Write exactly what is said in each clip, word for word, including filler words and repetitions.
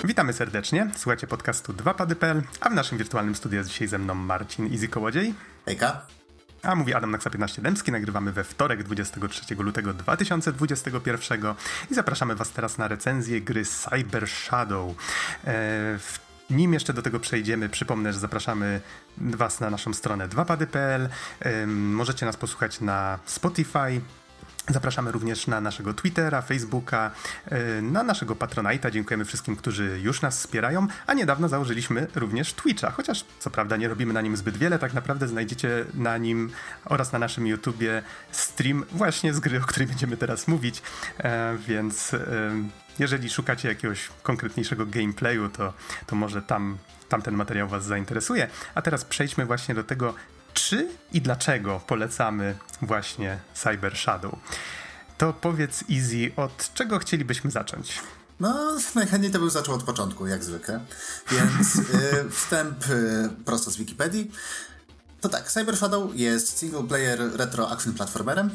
Witamy serdecznie, słuchajcie podcastu dwa pady kropka p l, a w naszym wirtualnym studiu jest dzisiaj ze mną Marcin Easy Kołodziej. Hejka. A mówi Adam Naksa piętnaście Dębski, nagrywamy we wtorek dwudziestego trzeciego lutego dwa tysiące dwudziestego pierwszego i zapraszamy was teraz na recenzję gry Cyber Shadow. Eee, Nim jeszcze do tego przejdziemy, przypomnę, że zapraszamy was na naszą stronę dwa pady kropka p l. Eee, możecie nas posłuchać na Spotify. Zapraszamy również na naszego Twittera, Facebooka, na naszego Patronite'a. Dziękujemy wszystkim, którzy już nas wspierają, a niedawno założyliśmy również Twitcha, chociaż co prawda nie robimy na nim zbyt wiele, tak naprawdę znajdziecie na nim oraz na naszym YouTubie stream właśnie z gry, o której będziemy teraz mówić, więc jeżeli szukacie jakiegoś konkretniejszego gameplayu, to, to może tam, tam ten materiał was zainteresuje. A teraz przejdźmy właśnie do tego, czy i dlaczego polecamy właśnie Cyber Shadow. To powiedz Easy, od czego chcielibyśmy zacząć? No, najchętniej to bym zaczął od początku, jak zwykle. Więc y, wstęp y, prosto z Wikipedii. To tak, Cyber Shadow jest single player retro action platformerem.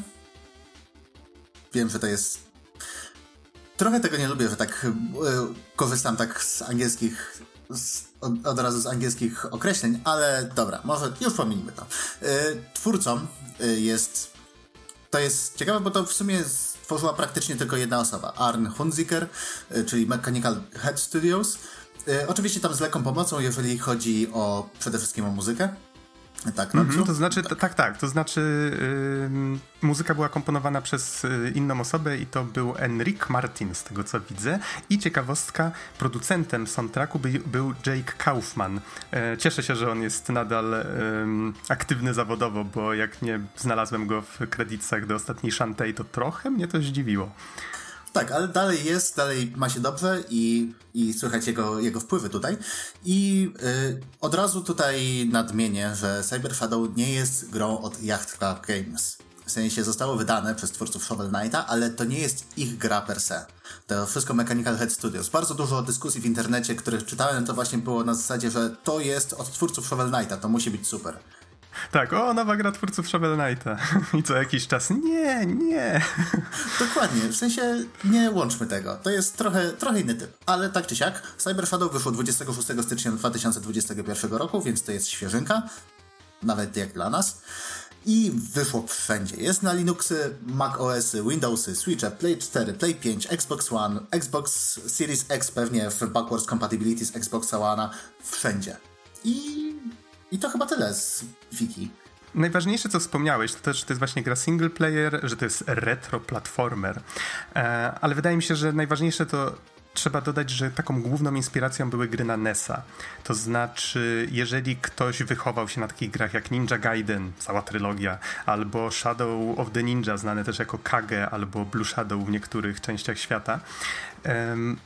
Wiem, że to jest... Trochę tego nie lubię, że tak y, korzystam tak z angielskich... Z, od, od razu z angielskich określeń, ale dobra, może już pominijmy to. Yy, twórcą yy, jest... To jest ciekawe, bo to w sumie stworzyła praktycznie tylko jedna osoba. Arne Hunziker, yy, czyli Mechanical Head Studios. Yy, oczywiście tam z lekką pomocą, jeżeli chodzi o przede wszystkim o muzykę. Tak, no, mm-hmm, to znaczy, tak, tak, tak to znaczy yy, muzyka była komponowana przez yy, inną osobę i to był Enric Martin, z tego co widzę. I ciekawostka, producentem soundtracku by, był Jake Kaufman. Yy, cieszę się, że on jest nadal yy, aktywny zawodowo, bo jak nie znalazłem go w kredytach do ostatniej Shantae, to trochę mnie to zdziwiło. Tak, ale dalej jest, dalej ma się dobrze i, i słychać jego, jego wpływy tutaj. I yy, od razu tutaj nadmienię, że Cyber Shadow nie jest grą od Yacht Club Games. W sensie zostało wydane przez twórców Shovel Knighta, ale to nie jest ich gra per se. To wszystko Mechanical Head Studios. Bardzo dużo dyskusji w internecie, których czytałem, to właśnie było na zasadzie, że to jest od twórców Shovel Knighta, to musi być super. Tak, o, nowa gra twórców Shovel Knighta. I co jakiś czas, nie, nie. Dokładnie, w sensie nie łączmy tego. To jest trochę, trochę inny typ. Ale tak czy siak, Cyber Shadow wyszło dwudziestego szóstego stycznia dwa tysiące dwudziestego pierwszego roku, więc to jest świeżynka. Nawet jak dla nas. I wyszło wszędzie. Jest na Linuxy, Mac O Sy, Windowsy, Switche, Play cztery, Play pięć, Xbox One, Xbox Series X pewnie w backwards compatibility z Xboxa One'a. Wszędzie. I... I to chyba tyle z Wiki. Najważniejsze, co wspomniałeś, to też, że to jest właśnie gra single player, że to jest retro platformer. E, ale wydaje mi się, że najważniejsze to trzeba dodać, że taką główną inspiracją były gry na N E S-a. To znaczy, jeżeli ktoś wychował się na takich grach jak Ninja Gaiden, cała trylogia, albo Shadow of the Ninja, znane też jako Kage, albo Blue Shadow w niektórych częściach świata, em,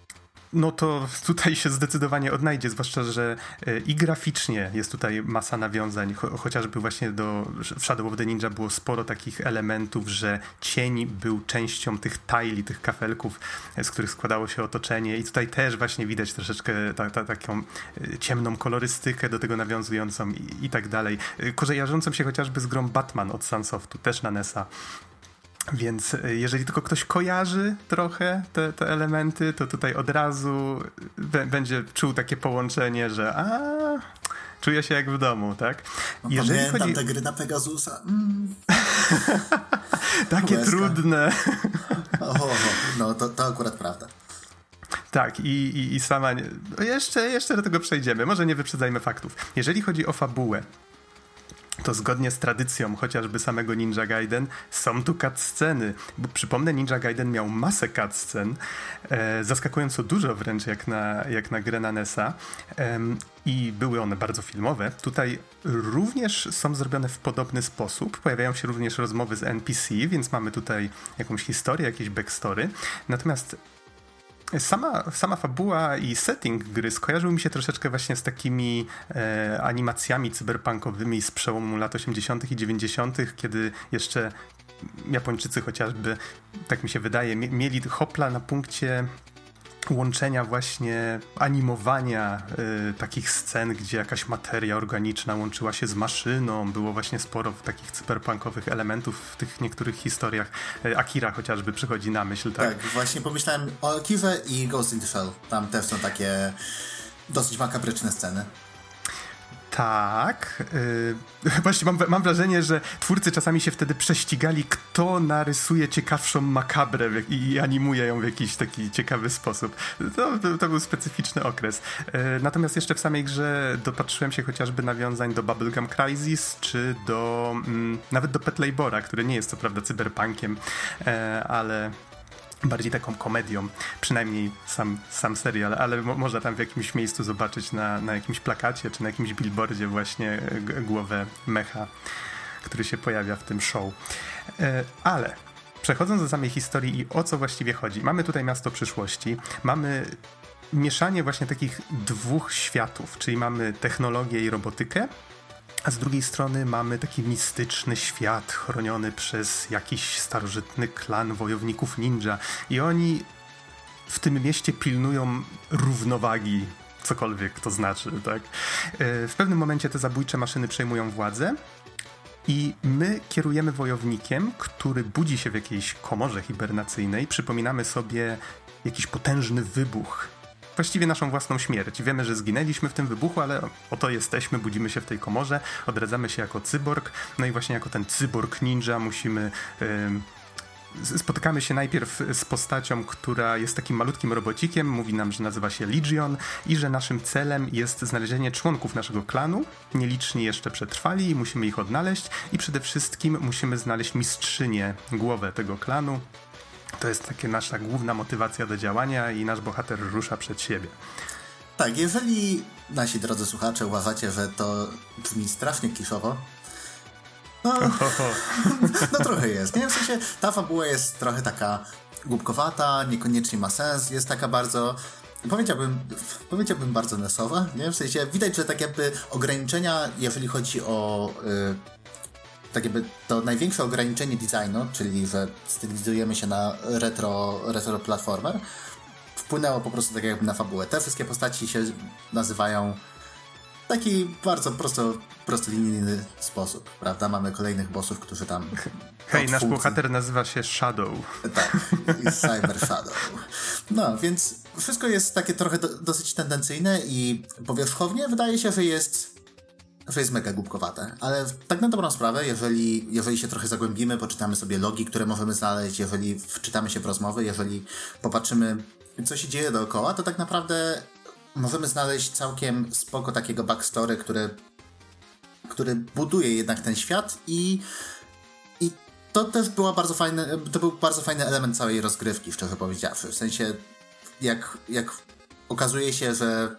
no to tutaj się zdecydowanie odnajdzie, zwłaszcza, że i graficznie jest tutaj masa nawiązań, cho- chociażby właśnie do w Shadow of the Ninja było sporo takich elementów, że cień był częścią tych tajli, tych kafelków, z których składało się otoczenie i tutaj też właśnie widać troszeczkę ta, ta, taką ciemną kolorystykę do tego nawiązującą i, i tak dalej. Kojarzącą się chociażby z grą Batman od Sunsoftu, też na N E S-a. Więc jeżeli tylko ktoś kojarzy trochę te, te elementy, to tutaj od razu b- będzie czuł takie połączenie, że a, czuję się jak w domu, tak? No, jeżeli pamiętam chodzi... te gry na Pegasusa. Mm. Takie Łezka. Trudne. Oho, no to, to akurat prawda. Tak, i, i, i sama... Nie... Jeszcze, jeszcze do tego przejdziemy, może nie wyprzedzajmy faktów. Jeżeli chodzi o fabułę, to zgodnie z tradycją chociażby samego Ninja Gaiden są tu cutsceny. Bo przypomnę, Ninja Gaiden miał masę cutscen, e, zaskakująco dużo wręcz jak na, jak na grę na N E S-a e, i były one bardzo filmowe. Tutaj również są zrobione w podobny sposób. Pojawiają się również rozmowy z N P C, więc mamy tutaj jakąś historię, jakieś backstory. Natomiast Sama, sama fabuła i setting gry skojarzył mi się troszeczkę właśnie z takimi e, animacjami cyberpunkowymi z przełomu lat osiemdziesiątych i dziewięćdziesiątych, kiedy jeszcze Japończycy chociażby, tak mi się wydaje, mieli hopla na punkcie łączenia właśnie animowania y, takich scen, gdzie jakaś materia organiczna łączyła się z maszyną. Było właśnie sporo takich cyberpunkowych elementów w tych niektórych historiach. Y, Akira chociażby przychodzi na myśl, tak? Tak, właśnie pomyślałem o Akirze i Ghost in the Shell. Tam też są takie dosyć makabryczne sceny. Tak. Yy, właśnie mam, mam wrażenie, że twórcy czasami się wtedy prześcigali, kto narysuje ciekawszą makabrę w, i, i animuje ją w jakiś taki ciekawy sposób. To, to był specyficzny okres. Yy, natomiast jeszcze w samej grze dopatrzyłem się chociażby nawiązań do Bubblegum Crisis, czy do mm, nawet do Pet Labora, który nie jest co prawda cyberpunkiem, yy, ale bardziej taką komedią, przynajmniej sam, sam serial, ale mo- można tam w jakimś miejscu zobaczyć na, na jakimś plakacie czy na jakimś billboardzie właśnie g- głowę mecha, który się pojawia w tym show. E, ale przechodząc do samej historii i o co właściwie chodzi. Mamy tutaj miasto przyszłości, mamy mieszanie właśnie takich dwóch światów, czyli mamy technologię i robotykę, a z drugiej strony mamy taki mistyczny świat chroniony przez jakiś starożytny klan wojowników ninja i oni w tym mieście pilnują równowagi, cokolwiek to znaczy, tak? W pewnym momencie te zabójcze maszyny przejmują władzę i my kierujemy wojownikiem, który budzi się w jakiejś komorze hibernacyjnej. Przypominamy sobie jakiś potężny wybuch, właściwie naszą własną śmierć. Wiemy, że zginęliśmy w tym wybuchu, ale oto jesteśmy, budzimy się w tej komorze, odradzamy się jako cyborg, no i właśnie jako ten cyborg ninja musimy... Yy, spotykamy się najpierw z postacią, która jest takim malutkim robocikiem, mówi nam, że nazywa się Legion i że naszym celem jest znalezienie członków naszego klanu. Nieliczni jeszcze przetrwali, musimy ich odnaleźć i przede wszystkim musimy znaleźć mistrzynię, głowę tego klanu. To jest taka nasza główna motywacja do działania i nasz bohater rusza przed siebie. Tak, jeżeli nasi drodzy słuchacze uważacie, że to brzmi strasznie kiszowo, no, no trochę jest, nie? W sensie ta fabuła jest trochę taka głupkowata, niekoniecznie ma sens, jest taka bardzo, powiedziałbym, powiedziałbym bardzo nesowa, nie? W sensie widać, że tak jakby ograniczenia, jeżeli chodzi o... Yy, tak jakby to największe ograniczenie designu, czyli że stylizujemy się na retro, retro platformer, wpłynęło po prostu tak jakby na fabułę. Te wszystkie postaci się nazywają w taki bardzo prosto, prostolinijny sposób, prawda? Mamy kolejnych bossów, którzy tam... Hej, nasz funkcji... bohater nazywa się Shadow. Tak, Cyber Shadow. No, więc wszystko jest takie trochę do, dosyć tendencyjne i powierzchownie wydaje się, że jest... że jest mega głupkowate, ale tak na dobrą sprawę, jeżeli, jeżeli się trochę zagłębimy, poczytamy sobie logi, które możemy znaleźć, jeżeli wczytamy się w rozmowy, jeżeli popatrzymy, co się dzieje dookoła, to tak naprawdę możemy znaleźć całkiem spoko takiego backstory, który, który buduje jednak ten świat i, i to też była bardzo fajny, to był bardzo fajny element całej rozgrywki, szczerze powiedziawszy. W sensie, jak, jak okazuje się, że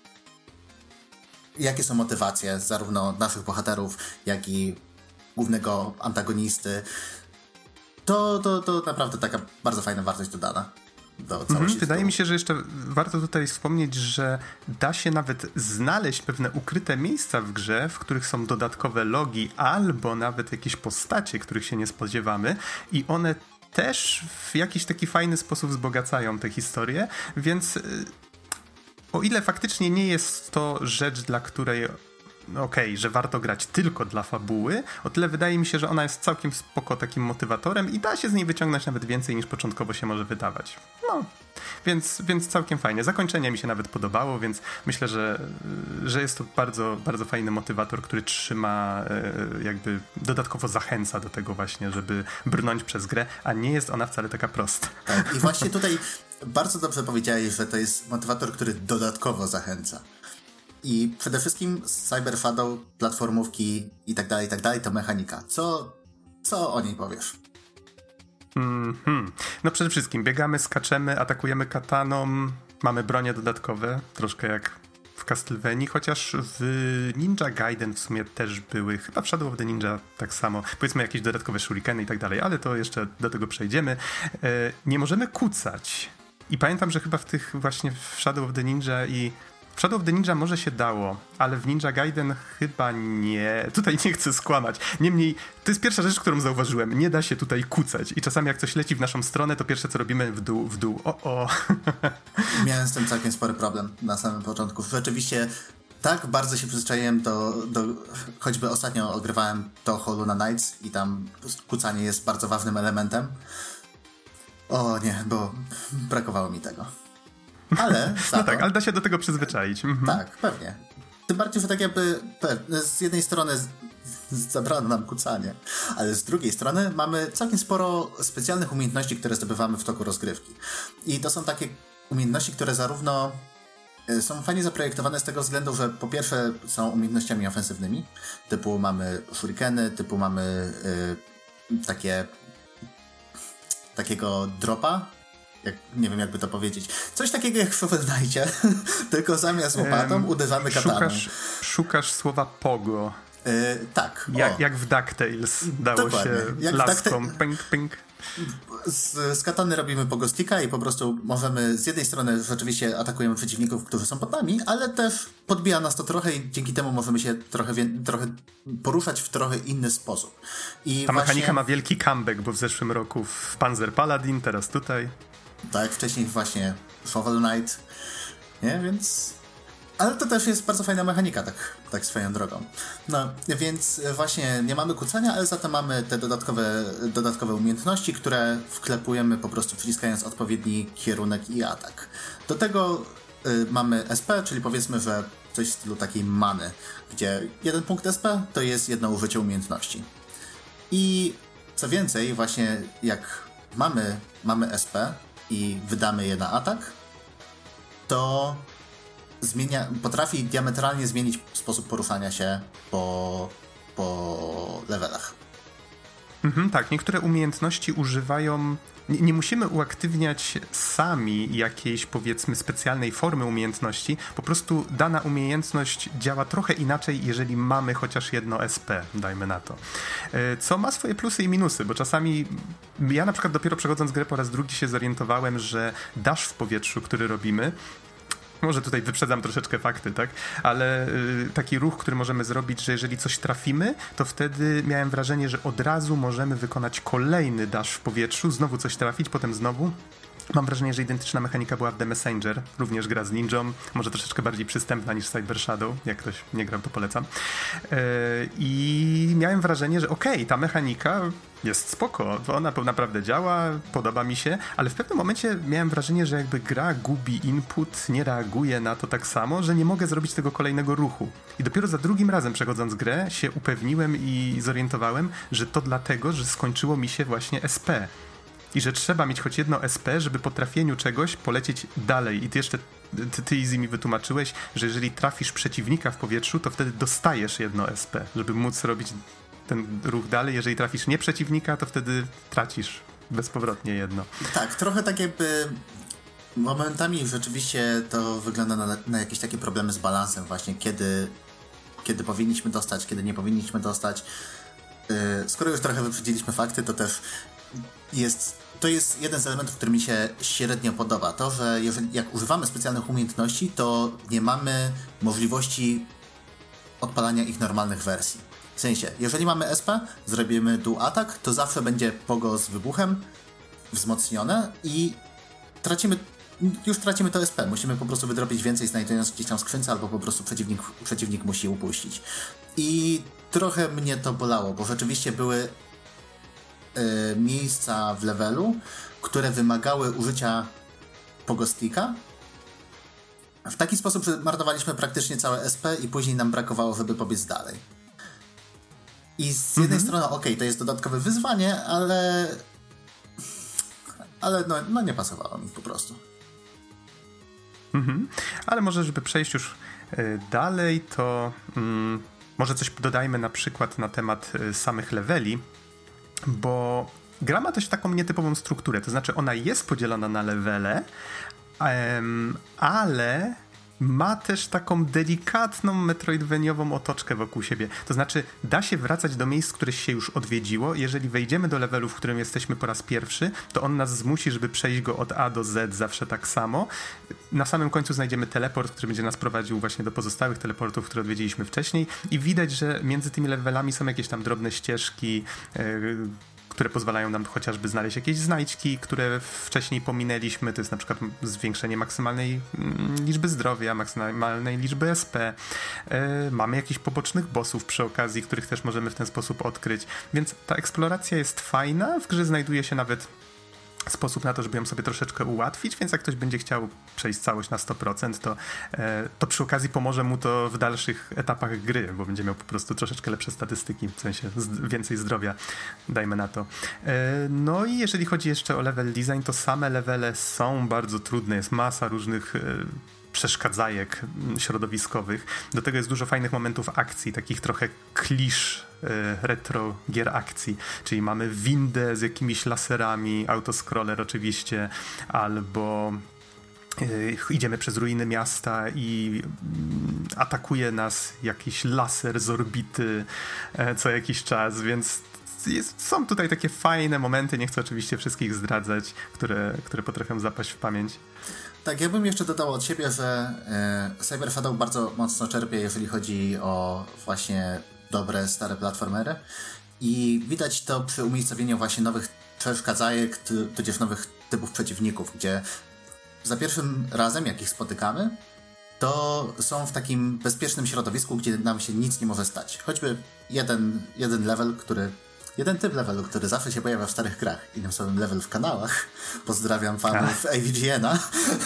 jakie są motywacje zarówno naszych bohaterów, jak i głównego antagonisty, to, to, to naprawdę taka bardzo fajna wartość dodana do całości. Mhm, wydaje mi się, że jeszcze warto tutaj wspomnieć, że da się nawet znaleźć pewne ukryte miejsca w grze, w których są dodatkowe logi albo nawet jakieś postacie, których się nie spodziewamy i one też w jakiś taki fajny sposób wzbogacają tę historię, więc... O ile faktycznie nie jest to rzecz, dla której okej, okay, że warto grać tylko dla fabuły, o tyle wydaje mi się, że ona jest całkiem spoko takim motywatorem i da się z niej wyciągnąć nawet więcej niż początkowo się może wydawać. No, więc, więc całkiem fajnie. Zakończenie mi się nawet podobało, więc myślę, że, że jest to bardzo, bardzo fajny motywator, który trzyma, jakby dodatkowo zachęca do tego właśnie, żeby brnąć przez grę, a nie jest ona wcale taka prosta. Tak, i właśnie tutaj bardzo dobrze powiedziałeś, że to jest motywator, który dodatkowo zachęca. I przede wszystkim Cyber Shadow, platformówki i tak dalej, i tak dalej, to mechanika. Co, co o niej powiesz? Mm-hmm. No przede wszystkim biegamy, skaczemy, atakujemy kataną, mamy bronie dodatkowe, troszkę jak w Castlevanii, chociaż w Ninja Gaiden w sumie też były, chyba w Shadow of the Ninja tak samo, powiedzmy jakieś dodatkowe shurikeny i tak dalej, ale to jeszcze do tego przejdziemy. E, nie możemy kucać. I pamiętam, że chyba w tych właśnie w Shadow of the Ninja i W Shadow of the Ninja może się dało, ale w Ninja Gaiden chyba nie. Tutaj nie chcę skłamać. Niemniej, to jest pierwsza rzecz, którą zauważyłem. Nie da się tutaj kucać. I czasami jak coś leci w naszą stronę, to pierwsze co robimy w dół, w dół. O, o. Miałem z tym całkiem spory problem na samym początku. Rzeczywiście tak bardzo się przyzwyczaiłem do, do... Choćby ostatnio ogrywałem to Hollow Knights i tam kucanie jest bardzo ważnym elementem. O nie, bo brakowało mi tego. Ale no to, tak, ale da się do tego przyzwyczaić. Mhm. Tak, pewnie. Tym bardziej, że tak jakby z jednej strony zabrano nam kucanie, ale z drugiej strony mamy całkiem sporo specjalnych umiejętności, które zdobywamy w toku rozgrywki. I to są takie umiejętności, które zarówno są fajnie zaprojektowane z tego względu, że po pierwsze są umiejętnościami ofensywnymi, typu mamy shurikeny, typu mamy y, takie takiego dropa, jak, nie wiem jakby to powiedzieć, coś takiego jak w Shovel Knightie, tylko zamiast łopatą um, uderzamy kataną. Szukasz, szukasz słowa pogo. Yy, tak. Jak, jak w DuckTales dało Dokładnie. się jak laską. Duckta- ping, ping. Z, z katany robimy pogostika i po prostu możemy z jednej strony rzeczywiście atakujemy przeciwników, którzy są pod nami, ale też podbija nas to trochę i dzięki temu możemy się trochę, trochę poruszać w trochę inny sposób. I Ta właśnie... mechanika ma wielki comeback, bo w zeszłym roku w Panzer Paladin, teraz tutaj. Tak, wcześniej właśnie Shovel Knight, nie, więc... Ale to też jest bardzo fajna mechanika, tak, tak swoją drogą. No, więc właśnie nie mamy kucania, ale za to mamy te dodatkowe, dodatkowe umiejętności, które wklepujemy po prostu wciskając odpowiedni kierunek i atak. Do tego y, mamy S P, czyli powiedzmy, że coś w stylu takiej many, gdzie jeden punkt S P to jest jedno użycie umiejętności. I co więcej, właśnie jak mamy, mamy S P i wydamy je na atak, to zmienia, potrafi diametralnie zmienić sposób poruszania się po, po levelach. Mhm, tak, niektóre umiejętności używają... Nie, nie musimy uaktywniać sami jakiejś, powiedzmy, specjalnej formy umiejętności. Po prostu dana umiejętność działa trochę inaczej, jeżeli mamy chociaż jedno S P, dajmy na to. Co ma swoje plusy i minusy, bo czasami ja na przykład dopiero przechodząc grę po raz drugi się zorientowałem, że dash w powietrzu, który robimy, może tutaj wyprzedzam troszeczkę fakty, tak? Ale y, taki ruch, który możemy zrobić, że jeżeli coś trafimy, to wtedy miałem wrażenie, że od razu możemy wykonać kolejny dash w powietrzu, znowu coś trafić, potem znowu. Mam wrażenie, że identyczna mechanika była w The Messenger, również gra z ninją, może troszeczkę bardziej przystępna niż Cyber Shadow, jak ktoś nie grał, to polecam. Yy, I miałem wrażenie, że okej, okay, ta mechanika jest spoko, ona naprawdę działa, podoba mi się, ale w pewnym momencie miałem wrażenie, że jakby gra gubi input, nie reaguje na to tak samo, że nie mogę zrobić tego kolejnego ruchu. I dopiero za drugim razem przechodząc grę się upewniłem i zorientowałem, że to dlatego, że skończyło mi się właśnie S P. I że trzeba mieć choć jedno S P, żeby po trafieniu czegoś polecieć dalej. I ty jeszcze, ty, ty Easy mi wytłumaczyłeś, że jeżeli trafisz przeciwnika w powietrzu, to wtedy dostajesz jedno S P, żeby móc robić ten ruch dalej. Jeżeli trafisz nie przeciwnika, to wtedy tracisz bezpowrotnie jedno. Tak, trochę tak jakby momentami rzeczywiście to wygląda na, na jakieś takie problemy z balansem właśnie, kiedy, kiedy powinniśmy dostać, kiedy nie powinniśmy dostać. Yy, skoro już trochę wyprzedziliśmy fakty, to też jest, to jest jeden z elementów, który mi się średnio podoba. To, że jeżeli, jak używamy specjalnych umiejętności, to nie mamy możliwości odpalania ich normalnych wersji. W sensie, jeżeli mamy S P, zrobimy dual atak, to zawsze będzie pogo z wybuchem wzmocnione i tracimy, już tracimy to S P. Musimy po prostu wydrobić więcej, znajdując gdzieś tam skrzynce, albo po prostu przeciwnik, przeciwnik musi upuścić. I trochę mnie to bolało, bo rzeczywiście były y, miejsca w levelu, które wymagały użycia pogostika w taki sposób, że marnowaliśmy praktycznie całe S P i później nam brakowało, żeby pobiec dalej. I z jednej mm-hmm. strony, okej, okay, to jest dodatkowe wyzwanie, ale ale no, no nie pasowało mi po prostu. Mm-hmm. Ale może, żeby przejść już y, dalej, to mm, może coś dodajmy na przykład na temat y, samych leveli, bo gra ma też taką nietypową strukturę, to znaczy ona jest podzielona na levele, em, ale ma też taką delikatną metroidvaniową otoczkę wokół siebie. To znaczy, da się wracać do miejsc, które się już odwiedziło. Jeżeli wejdziemy do levelu, w którym jesteśmy po raz pierwszy, to on nas zmusi, żeby przejść go od A do Z zawsze tak samo. Na samym końcu znajdziemy teleport, który będzie nas prowadził właśnie do pozostałych teleportów, które odwiedziliśmy wcześniej i widać, że między tymi levelami są jakieś tam drobne ścieżki, yy, które pozwalają nam chociażby znaleźć jakieś znajdźki, które wcześniej pominęliśmy. To jest na przykład zwiększenie maksymalnej mm, liczby zdrowia, maksymalnej liczby S P. Yy, mamy jakichś pobocznych bossów przy okazji, których też możemy w ten sposób odkryć. Więc ta eksploracja jest fajna. W grze znajduje się nawet sposób na to, żeby ją sobie troszeczkę ułatwić, więc jak ktoś będzie chciał przejść całość na sto procent, to, e, to przy okazji pomoże mu to w dalszych etapach gry, bo będzie miał po prostu troszeczkę lepsze statystyki, w sensie z, więcej zdrowia, dajmy na to. E, no i jeżeli chodzi jeszcze o level design, to same levele są bardzo trudne, jest masa różnych e, przeszkadzajek środowiskowych. Do tego jest dużo fajnych momentów akcji, takich trochę klisz retro gier akcji, czyli mamy windę z jakimiś laserami, autoscroller oczywiście, albo yy, idziemy przez ruiny miasta i yy, atakuje nas jakiś laser z orbity yy, co jakiś czas, więc jest, są tutaj takie fajne momenty, nie chcę oczywiście wszystkich zdradzać, które, które potrafią zapaść w pamięć. Tak, ja bym jeszcze dodał od siebie, że y, Cyber Shadow bardzo mocno czerpie, jeżeli chodzi o właśnie dobre, stare platformery i widać to przy umiejscowieniu właśnie nowych przeszkadzajek, tudzież nowych typów przeciwników, gdzie za pierwszym razem, jak ich spotykamy, to są w takim bezpiecznym środowisku, gdzie nam się nic nie może stać. Choćby jeden, jeden level, który Jeden typ levelu, który zawsze się pojawia w starych grach, innym słowem level w kanałach. Pozdrawiam fanów A V G N a.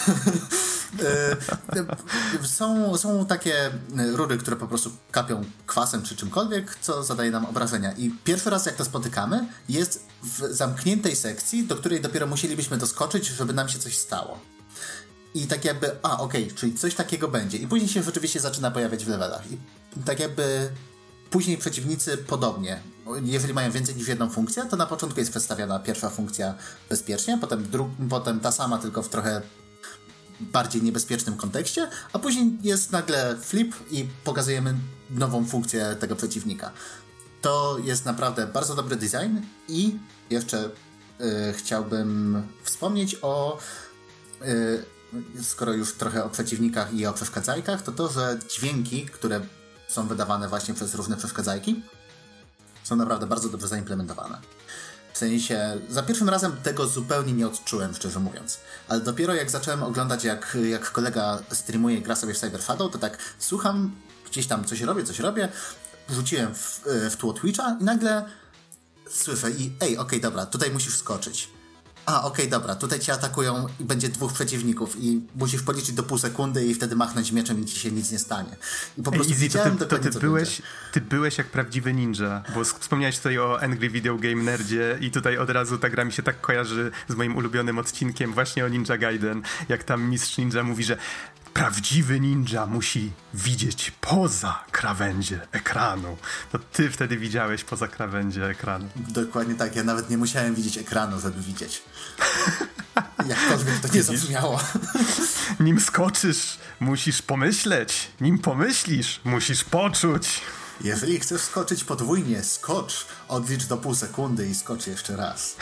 są, są takie rury, które po prostu kapią kwasem czy czymkolwiek, co zadaje nam obrażenia. I pierwszy raz jak to spotykamy, jest w zamkniętej sekcji, do której dopiero musielibyśmy doskoczyć, żeby nam się coś stało. I tak jakby, a okej, okay, czyli coś takiego będzie. I później się rzeczywiście zaczyna pojawiać w levelach. I tak jakby później przeciwnicy podobnie. Jeżeli mają więcej niż jedną funkcję, to na początku jest przedstawiana pierwsza funkcja bezpiecznie, potem, dru- potem ta sama, tylko w trochę bardziej niebezpiecznym kontekście, a później jest nagle flip i pokazujemy nową funkcję tego przeciwnika. To jest naprawdę bardzo dobry design i jeszcze yy, chciałbym wspomnieć o yy, skoro już trochę o przeciwnikach i o przeszkadzajkach, to to, że dźwięki, które są wydawane właśnie przez różne przeszkadzajki, są naprawdę bardzo dobrze zaimplementowane. W sensie, za pierwszym razem tego zupełnie nie odczułem, szczerze mówiąc. Ale dopiero jak zacząłem oglądać, jak, jak kolega streamuje, gra sobie w Cyber Shadow, to tak słucham, gdzieś tam coś robię, coś robię, rzuciłem w, w tło Twitcha i nagle słyszę i ej, okej, okay, dobra, tutaj musisz skoczyć. A, okej, okay, dobra, tutaj cię atakują i będzie dwóch przeciwników i musisz policzyć do pół sekundy i wtedy machnąć mieczem i ci się nic nie stanie. I po prostu Ej, Easy, widziałem to ty, dokładnie, to ty co byłeś, ty byłeś jak prawdziwy ninja, bo wspomniałeś tutaj o Angry Video Game Nerdzie i tutaj od razu ta gra mi się tak kojarzy z moim ulubionym odcinkiem właśnie o Ninja Gaiden, jak tam mistrz ninja mówi, że prawdziwy ninja musi widzieć poza krawędzie ekranu. To ty wtedy widziałeś poza krawędzie ekranu. Dokładnie tak, ja nawet nie musiałem widzieć ekranu, żeby widzieć. Jakkolwiek to nie zabrzmiało. Nim skoczysz, musisz pomyśleć. Nim pomyślisz, musisz poczuć. Jeżeli chcesz skoczyć podwójnie, skocz, odlicz do pół sekundy i skocz jeszcze raz.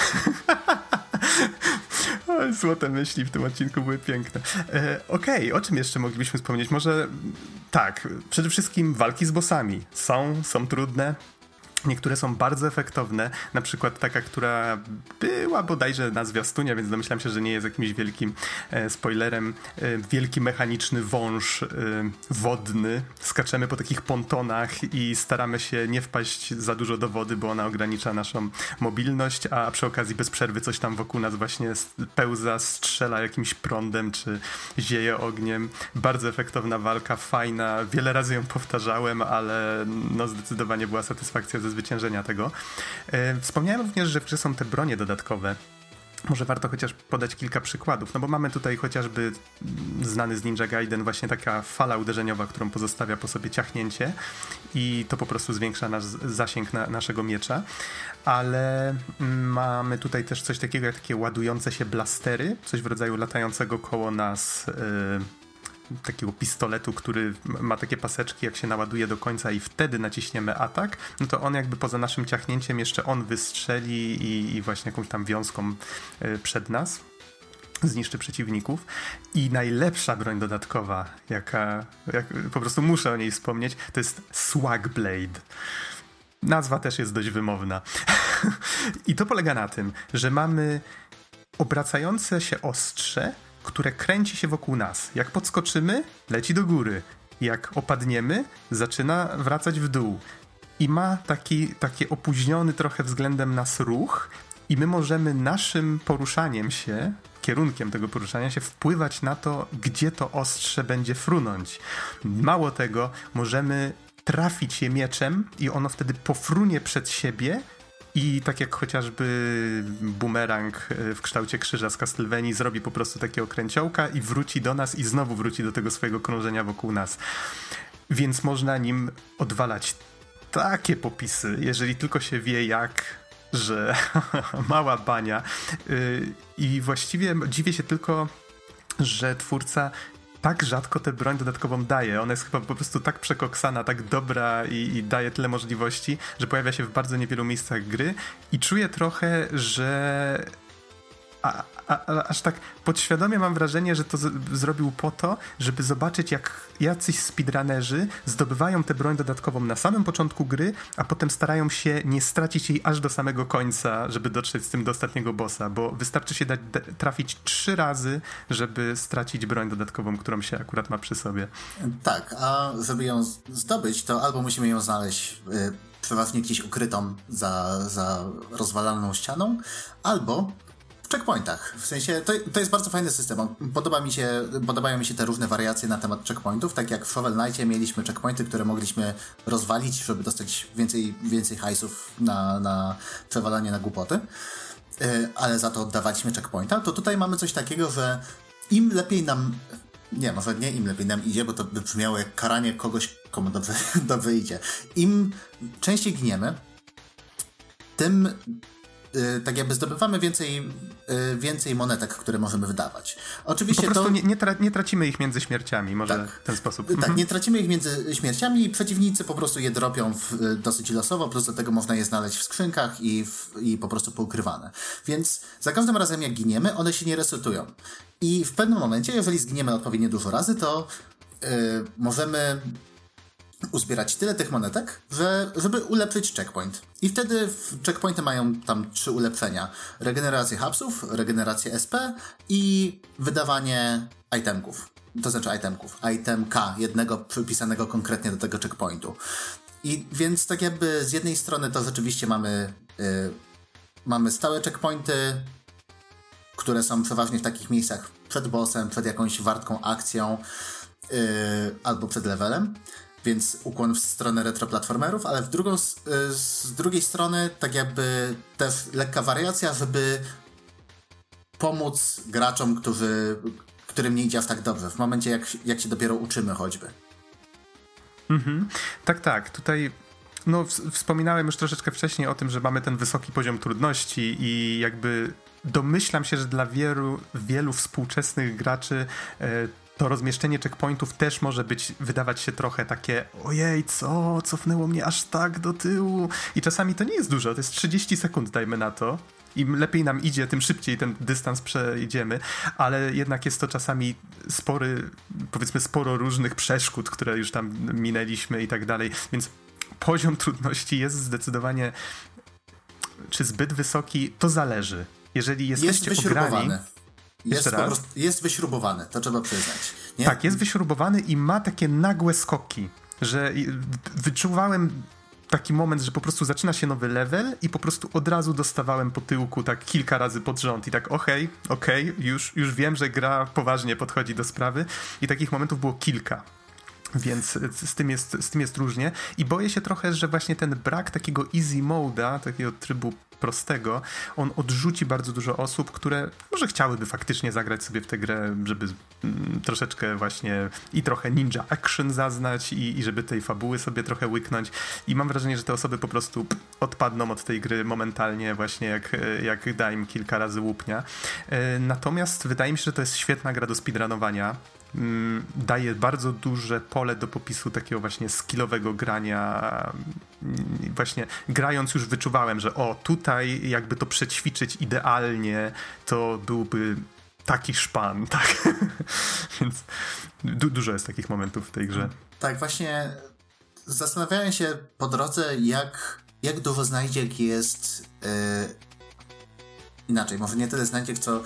O, złote myśli w tym odcinku były piękne. E, Okej, okay, o czym jeszcze moglibyśmy wspomnieć? Może tak, przede wszystkim walki z bossami. Są, są trudne. Niektóre są bardzo efektowne, na przykład taka, która była bodajże na zwiastunie, więc domyślam się, że nie jest jakimś wielkim e, spoilerem. E, wielki mechaniczny wąż e, wodny. Skaczemy po takich pontonach i staramy się nie wpaść za dużo do wody, bo ona ogranicza naszą mobilność, a przy okazji bez przerwy coś tam wokół nas właśnie pełza, strzela jakimś prądem czy zieje ogniem. Bardzo efektowna walka, fajna. Wiele razy ją powtarzałem, ale no zdecydowanie była satysfakcja ze zwyciężenia tego. E, wspomniałem również, że w grze są te bronie dodatkowe. Może warto chociaż podać kilka przykładów, no bo mamy tutaj chociażby znany z Ninja Gaiden właśnie taka fala uderzeniowa, którą pozostawia po sobie ciachnięcie i to po prostu zwiększa nasz zasięg na, naszego miecza, ale mamy tutaj też coś takiego jak takie ładujące się blastery, coś w rodzaju latającego koło nas yy, takiego pistoletu, który ma takie paseczki, jak się naładuje do końca i wtedy naciśniemy atak, no to on jakby poza naszym ciachnięciem jeszcze on wystrzeli i, i właśnie jakąś tam wiązką przed nas zniszczy przeciwników. I najlepsza broń dodatkowa, jaka, jak, po prostu muszę o niej wspomnieć, to jest Swag Blade. Nazwa też jest dość wymowna. I to polega na tym, że mamy obracające się ostrze, które kręci się wokół nas. Jak podskoczymy, leci do góry. Jak opadniemy, zaczyna wracać w dół. I ma taki, taki opóźniony trochę względem nas ruch i my możemy naszym poruszaniem się, kierunkiem tego poruszania się, wpływać na to, gdzie to ostrze będzie frunąć. Mało tego, możemy trafić je mieczem i ono wtedy pofrunie przed siebie i tak jak chociażby bumerang w kształcie krzyża z Castlevanii zrobi po prostu takiego kręciołka i wróci do nas i znowu wróci do tego swojego krążenia wokół nas. Więc można nim odwalać takie popisy, jeżeli tylko się wie jak, że mała bania. I właściwie dziwię się tylko, że twórca tak rzadko tę broń dodatkową daje. Ona jest chyba po prostu tak przekoksana, tak dobra i, i daje tyle możliwości, że pojawia się w bardzo niewielu miejscach gry i czuję trochę, że a, a, a, aż tak podświadomie mam wrażenie, że to z- zrobił po to, żeby zobaczyć, jak jacyś speedrunnerzy zdobywają tę broń dodatkową na samym początku gry, a potem starają się nie stracić jej aż do samego końca, żeby dotrzeć z tym do ostatniego bossa, bo wystarczy się dać d- trafić trzy razy, żeby stracić broń dodatkową, którą się akurat ma przy sobie. Tak, a żeby ją z- zdobyć, to albo musimy ją znaleźć y, przeważnie gdzieś ukrytą za, za rozwalaną ścianą, albo w checkpointach. W sensie, to, to jest bardzo fajny system. Podoba mi się, podobają mi się te różne wariacje na temat checkpointów. Tak jak w Shovel Knightie mieliśmy checkpointy, które mogliśmy rozwalić, żeby dostać więcej, więcej hajsów na, na przewalanie na głupoty. Yy, ale za to oddawaliśmy checkpointa. To tutaj mamy coś takiego, że im lepiej nam... Nie, może nie im lepiej nam idzie, bo to by brzmiało jak karanie kogoś, komu dobrze, dobrze idzie. Im częściej giniemy, tym Yy, tak jakby zdobywamy więcej, yy, więcej monetek, które możemy wydawać. Oczywiście po prostu to... nie, nie, tra- nie tracimy ich między śmierciami, może tak, w ten sposób. Tak, mhm. nie tracimy ich między śmierciami i przeciwnicy po prostu je dropią w, y, dosyć losowo, plus do tego można je znaleźć w skrzynkach i, w, i po prostu poukrywane. Więc za każdym razem jak giniemy, one się nie resetują. I w pewnym momencie, jeżeli zginiemy odpowiednio dużo razy, to yy, możemy uzbierać tyle tych monetek, że, żeby ulepszyć checkpoint. I wtedy checkpointy mają tam trzy ulepszenia. Regenerację hapsów, regenerację S P i wydawanie itemków. To znaczy itemków. Itemka, jednego przypisanego konkretnie do tego checkpointu. I więc tak jakby z jednej strony to rzeczywiście mamy yy, mamy stałe checkpointy, które są przeważnie w takich miejscach przed bossem, przed jakąś wartką akcją yy, albo przed levelem. Więc ukłon w stronę retroplatformerów, ale w drugą, z, z drugiej strony tak jakby też lekka wariacja, żeby pomóc graczom, którzy, którym nie idzie aż tak dobrze, w momencie jak, jak się dopiero uczymy choćby. Mhm. Tak, tak. Tutaj no, w- wspominałem już troszeczkę wcześniej o tym, że mamy ten wysoki poziom trudności i jakby domyślam się, że dla wielu, wielu współczesnych graczy e, to rozmieszczenie checkpointów też może być, wydawać się trochę takie ojej, co? Cofnęło mnie aż tak do tyłu. I czasami to nie jest dużo, to jest trzydzieści sekund, dajmy na to. Im lepiej nam idzie, tym szybciej ten dystans przejdziemy, ale jednak jest to czasami spory, powiedzmy sporo różnych przeszkód, które już tam minęliśmy i tak dalej, więc poziom trudności jest zdecydowanie czy zbyt wysoki, to zależy. Jeżeli jesteście Jest ograni... wyśrubowany. Jest, Jeszcze po raz? prostu, jest wyśrubowany, to trzeba przyznać. Nie? Tak, jest wyśrubowany i ma takie nagłe skoki, że i- wyczuwałem taki moment, że po prostu zaczyna się nowy level i po prostu od razu dostawałem po tyłku tak kilka razy pod rząd i tak okej, okay, okej, okay, już, już wiem, że gra poważnie podchodzi do sprawy i takich momentów było kilka. Więc z tym, jest, z tym jest różnie i boję się trochę, że właśnie ten brak takiego easy mode'a, takiego trybu prostego, on odrzuci bardzo dużo osób, które może chciałyby faktycznie zagrać sobie w tę grę, żeby mm, troszeczkę właśnie i trochę ninja action zaznać i, i żeby tej fabuły sobie trochę łyknąć i mam wrażenie, że te osoby po prostu odpadną od tej gry momentalnie właśnie jak, jak da im kilka razy łupnia. Natomiast wydaje mi się, że to jest świetna gra do speedrunowania, mm, daje bardzo duże pole do popisu takiego właśnie skillowego grania. Właśnie grając już wyczuwałem, że o, tutaj jakby to przećwiczyć idealnie, to byłby taki szpan, tak? Więc du- dużo jest takich momentów w tej grze. Tak, właśnie zastanawiałem się po drodze, jak, jak dużo znajdziek jest yy, inaczej, może nie tyle znajdziek, co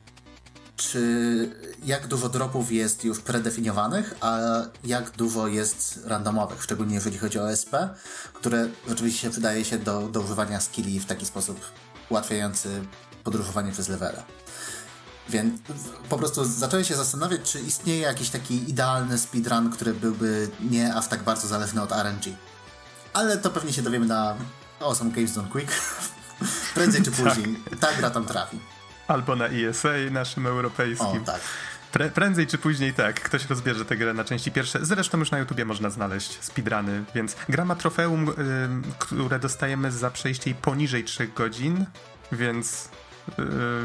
czy jak dużo dropów jest już predefiniowanych, a jak dużo jest randomowych, szczególnie jeżeli chodzi o S P, które oczywiście wydaje się do, do używania skilli w taki sposób ułatwiający podróżowanie przez levele. Więc po prostu zacząłem się zastanawiać, czy istnieje jakiś taki idealny speedrun, który byłby nie aż tak bardzo zależny od R N G. Ale to pewnie się dowiemy na Awesome Games Done Quick. Prędzej czy później. Tak. Ta gra tam trafi. Albo na E S A naszym europejskim. O, tak. Pre- prędzej czy później tak, ktoś rozbierze tę grę na części pierwsze. Zresztą już na YouTubie można znaleźć speedruny, więc gra ma trofeum, y, które dostajemy za przejście poniżej trzech godzin, więc y,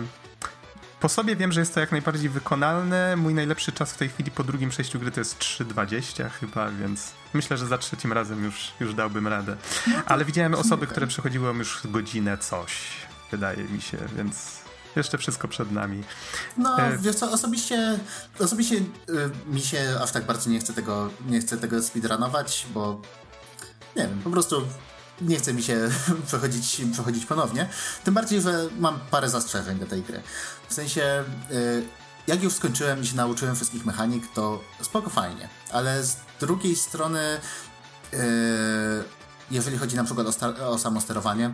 po sobie wiem, że jest to jak najbardziej wykonalne. Mój najlepszy czas w tej chwili po drugim przejściu gry to jest trzy dwadzieścia chyba, więc myślę, że za trzecim razem już, już dałbym radę. Ale widziałem osoby, które przechodziły już godzinę coś, wydaje mi się, więc jeszcze wszystko przed nami. No, e... wiesz co, osobiście, osobiście y, mi się aż tak bardzo nie chce tego, nie chcę tego speedrunować, bo nie wiem, po prostu nie chce mi się przechodzić, przechodzić ponownie. Tym bardziej, że mam parę zastrzeżeń do tej gry. W sensie, y, jak już skończyłem i się nauczyłem wszystkich mechanik, to spoko, fajnie. Ale z drugiej strony, y, jeżeli chodzi na przykład o, sta- o samo sterowanie,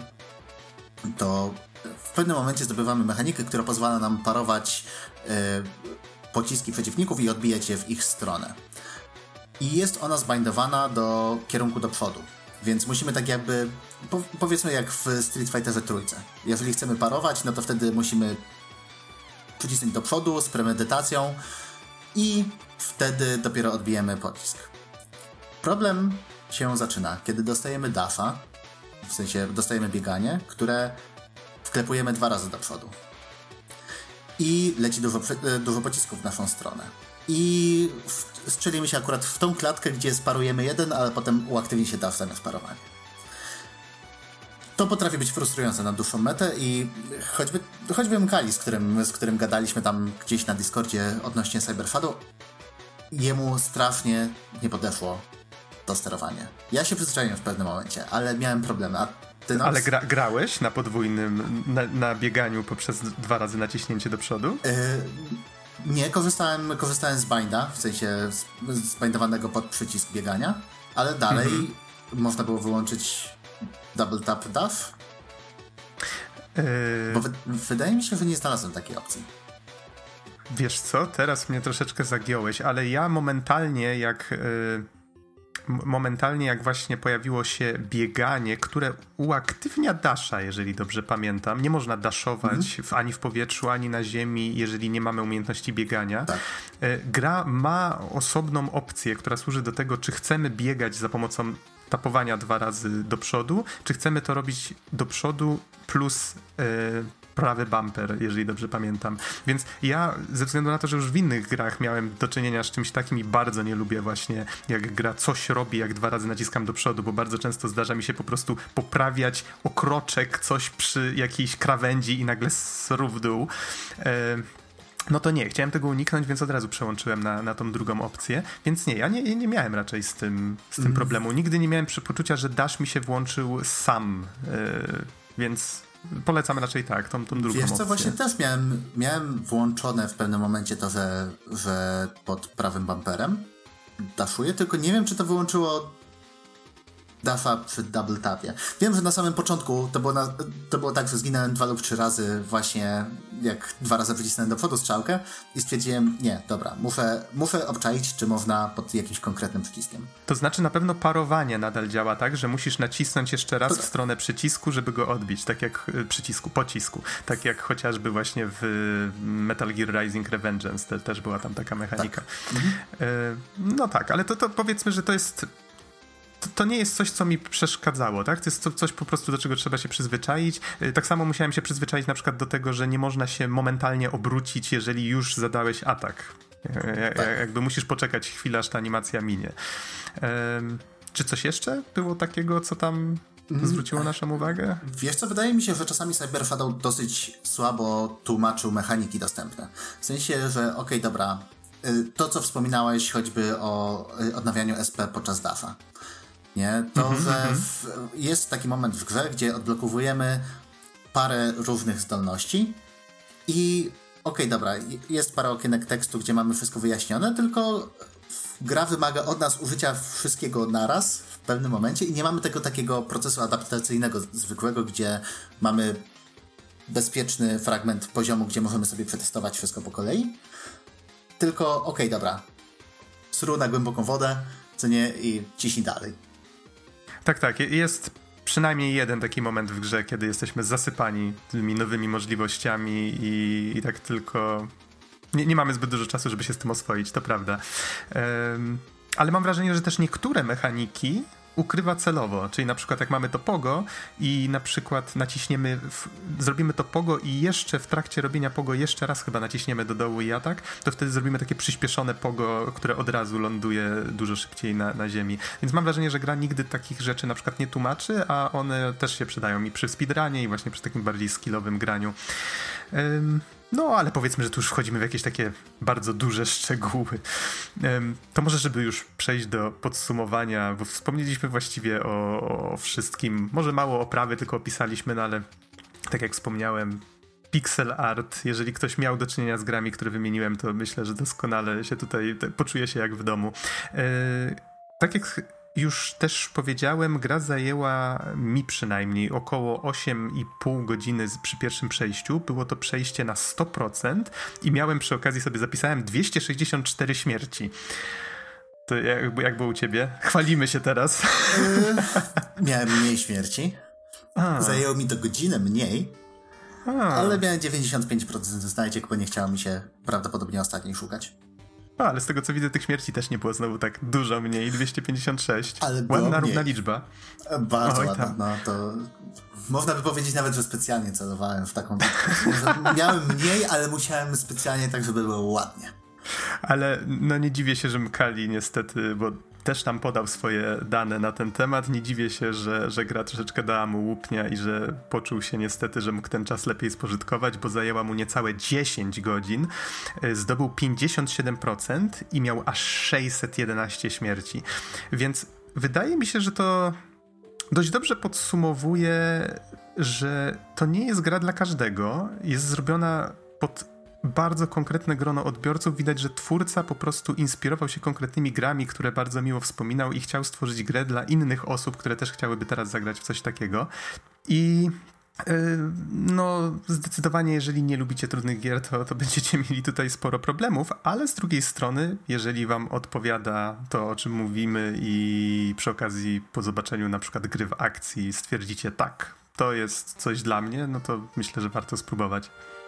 to w pewnym momencie zdobywamy mechanikę, która pozwala nam parować y, pociski przeciwników i odbijać je w ich stronę. I jest ona zbindowana do kierunku do przodu. Więc musimy tak jakby, po, powiedzmy jak w Street Fighterze trójce. Jeżeli chcemy parować, no to wtedy musimy przycisnąć do przodu z premedytacją i wtedy dopiero odbijemy pocisk. Problem się zaczyna, kiedy dostajemy dasha, w sensie dostajemy bieganie, które wklepujemy dwa razy do przodu. I leci dużo, dużo pocisków w naszą stronę. I strzelimy się akurat w tą klatkę, gdzie sparujemy jeden, ale potem uaktywni się dash zamiast parowania. To potrafi być frustrujące na dłuższą metę i choćby, choćby Mkali, z którym, z którym gadaliśmy tam gdzieś na Discordzie odnośnie Cyber Shadow, jemu strasznie nie podeszło to sterowanie. Ja się przyzwyczaiłem w pewnym momencie, ale miałem problemy. A ty nas... Ale gra, grałeś na podwójnym, na, na bieganiu poprzez dwa razy naciśnięcie do przodu? Yy, nie, korzystałem, korzystałem z binda, w sensie zbindowanego pod przycisk biegania, ale dalej mhm. można było wyłączyć double tap dash. Yy... Bo wy, wydaje mi się, że nie znalazłem takiej opcji. Wiesz co, teraz mnie troszeczkę zagiąłeś, ale ja momentalnie jak... Yy... momentalnie jak właśnie pojawiło się bieganie, które uaktywnia dasha, jeżeli dobrze pamiętam. Nie można daszować mhm. w, ani w powietrzu, ani na ziemi, jeżeli nie mamy umiejętności biegania. Tak. Gra ma osobną opcję, która służy do tego, czy chcemy biegać za pomocą tapowania dwa razy do przodu, czy chcemy to robić do przodu plus yy, prawy bumper, jeżeli dobrze pamiętam. Więc ja, ze względu na to, że już w innych grach miałem do czynienia z czymś takim i bardzo nie lubię właśnie, jak gra coś robi, jak dwa razy naciskam do przodu, bo bardzo często zdarza mi się po prostu poprawiać o kroczek coś przy jakiejś krawędzi i nagle sru w dół. Yy, No to nie, chciałem tego uniknąć, więc od razu przełączyłem na, na tą drugą opcję. Więc nie, ja nie, nie miałem raczej z tym, z tym mm. problemu. Nigdy nie miałem poczucia, że dash mi się włączył sam, yy, więc polecam raczej tak, tą, tą drugą Wiesz co, opcję. właśnie też miałem, miałem włączone w pewnym momencie to, że, że pod prawym bumperem dashuję, tylko nie wiem, czy to wyłączyło dasha przy double tapie. Wiem, że na samym początku to było, na, to było tak, że zginąłem dwa lub trzy razy właśnie jak dwa razy wycisnąłem do przodu strzałkę i stwierdziłem, nie, dobra, muszę, muszę obczaić, czy można pod jakimś konkretnym przyciskiem. To znaczy na pewno parowanie nadal działa tak, że musisz nacisnąć jeszcze raz to w stronę przycisku, żeby go odbić, tak jak przycisku, pocisku, tak jak chociażby właśnie w Metal Gear Rising Revengeance te, też była tam taka mechanika. Tak. Mhm. No tak, ale to, to powiedzmy, że to jest To, to nie jest coś, co mi przeszkadzało, tak? To jest co, coś po prostu, do czego trzeba się przyzwyczaić. Tak samo musiałem się przyzwyczaić na przykład do tego, że nie można się momentalnie obrócić, jeżeli już zadałeś atak. Ja, tak. Jakby musisz poczekać chwilę, aż ta animacja minie. Um, czy coś jeszcze było takiego, co tam zwróciło naszą uwagę? Wiesz co, wydaje mi się, że czasami Cyber Shadow dosyć słabo tłumaczył mechaniki dostępne. W sensie, że okej, okay, dobra, to co wspominałeś choćby o odnawianiu S P podczas dafa. Nie? To, mm-hmm, że w, jest taki moment w grze, gdzie odblokowujemy parę różnych zdolności i okej, okay, dobra, jest parę okienek tekstu, gdzie mamy wszystko wyjaśnione, tylko gra wymaga od nas użycia wszystkiego naraz w pewnym momencie i nie mamy tego takiego procesu adaptacyjnego zwykłego, gdzie mamy bezpieczny fragment poziomu, gdzie możemy sobie przetestować wszystko po kolei. Tylko okej, okay, dobra, sru na głęboką wodę, co nie, i ciśnij dalej. Tak, tak, jest przynajmniej jeden taki moment w grze, kiedy jesteśmy zasypani tymi nowymi możliwościami i, i tak tylko nie, nie mamy zbyt dużo czasu, żeby się z tym oswoić, to prawda. Um, ale mam wrażenie, że też niektóre mechaniki ukrywa celowo, czyli na przykład jak mamy to pogo i na przykład naciśniemy, w, zrobimy to pogo i jeszcze w trakcie robienia pogo jeszcze raz chyba naciśniemy do dołu i atak, to wtedy zrobimy takie przyspieszone pogo, które od razu ląduje dużo szybciej na, na ziemi. Więc mam wrażenie, że gra nigdy takich rzeczy na przykład nie tłumaczy, a one też się przydają i przy speedrunie i właśnie przy takim bardziej skillowym graniu. Um, No, ale powiedzmy, że tu już wchodzimy w jakieś takie bardzo duże szczegóły. To może, żeby już przejść do podsumowania, bo wspomnieliśmy właściwie o, o wszystkim. Może mało oprawy, tylko opisaliśmy, no ale tak jak wspomniałem, pixel art, jeżeli ktoś miał do czynienia z grami, które wymieniłem, to myślę, że doskonale się tutaj poczuje się jak w domu. Tak jak już też powiedziałem, gra zajęła mi przynajmniej około osiem i pół godziny przy pierwszym przejściu. Było to przejście na sto procent i miałem przy okazji sobie zapisałem dwieście sześćdziesiąt cztery śmierci. To jak, jak było u ciebie? Chwalimy się teraz. Yy, miałem mniej śmierci. A. Zajęło mi to godzinę mniej, A. ale miałem dziewięćdziesiąt pięć procent znajdziek, bo nie chciało mi się prawdopodobnie ostatniej szukać. A, ale z tego co widzę, tych śmierci też nie było znowu tak dużo mniej, dwieście pięćdziesiąt sześć. Ale ładna, równa liczba. Bardzo Oj, ładna, no to można by powiedzieć nawet, że specjalnie celowałem w taką... Miałem mniej, ale musiałem specjalnie tak, żeby było ładnie. Ale no nie dziwię się, że Mkali niestety, bo też tam podał swoje dane na ten temat, nie dziwię się, że, że gra troszeczkę dała mu łupnia i że poczuł się niestety, że mógł ten czas lepiej spożytkować, bo zajęła mu niecałe dziesięć godzin, zdobył pięćdziesiąt siedem procent i miał aż sześćset jedenaście śmierci. Więc wydaje mi się, że to dość dobrze podsumowuje, że to nie jest gra dla każdego, jest zrobiona pod bardzo konkretne grono odbiorców. Widać, że twórca po prostu inspirował się konkretnymi grami, które bardzo miło wspominał i chciał stworzyć grę dla innych osób, które też chciałyby teraz zagrać w coś takiego. I yy, no zdecydowanie, jeżeli nie lubicie trudnych gier, to, to będziecie mieli tutaj sporo problemów, ale z drugiej strony, jeżeli wam odpowiada to, o czym mówimy i przy okazji po zobaczeniu na przykład gry w akcji stwierdzicie tak, to jest coś dla mnie, no to myślę, że warto spróbować.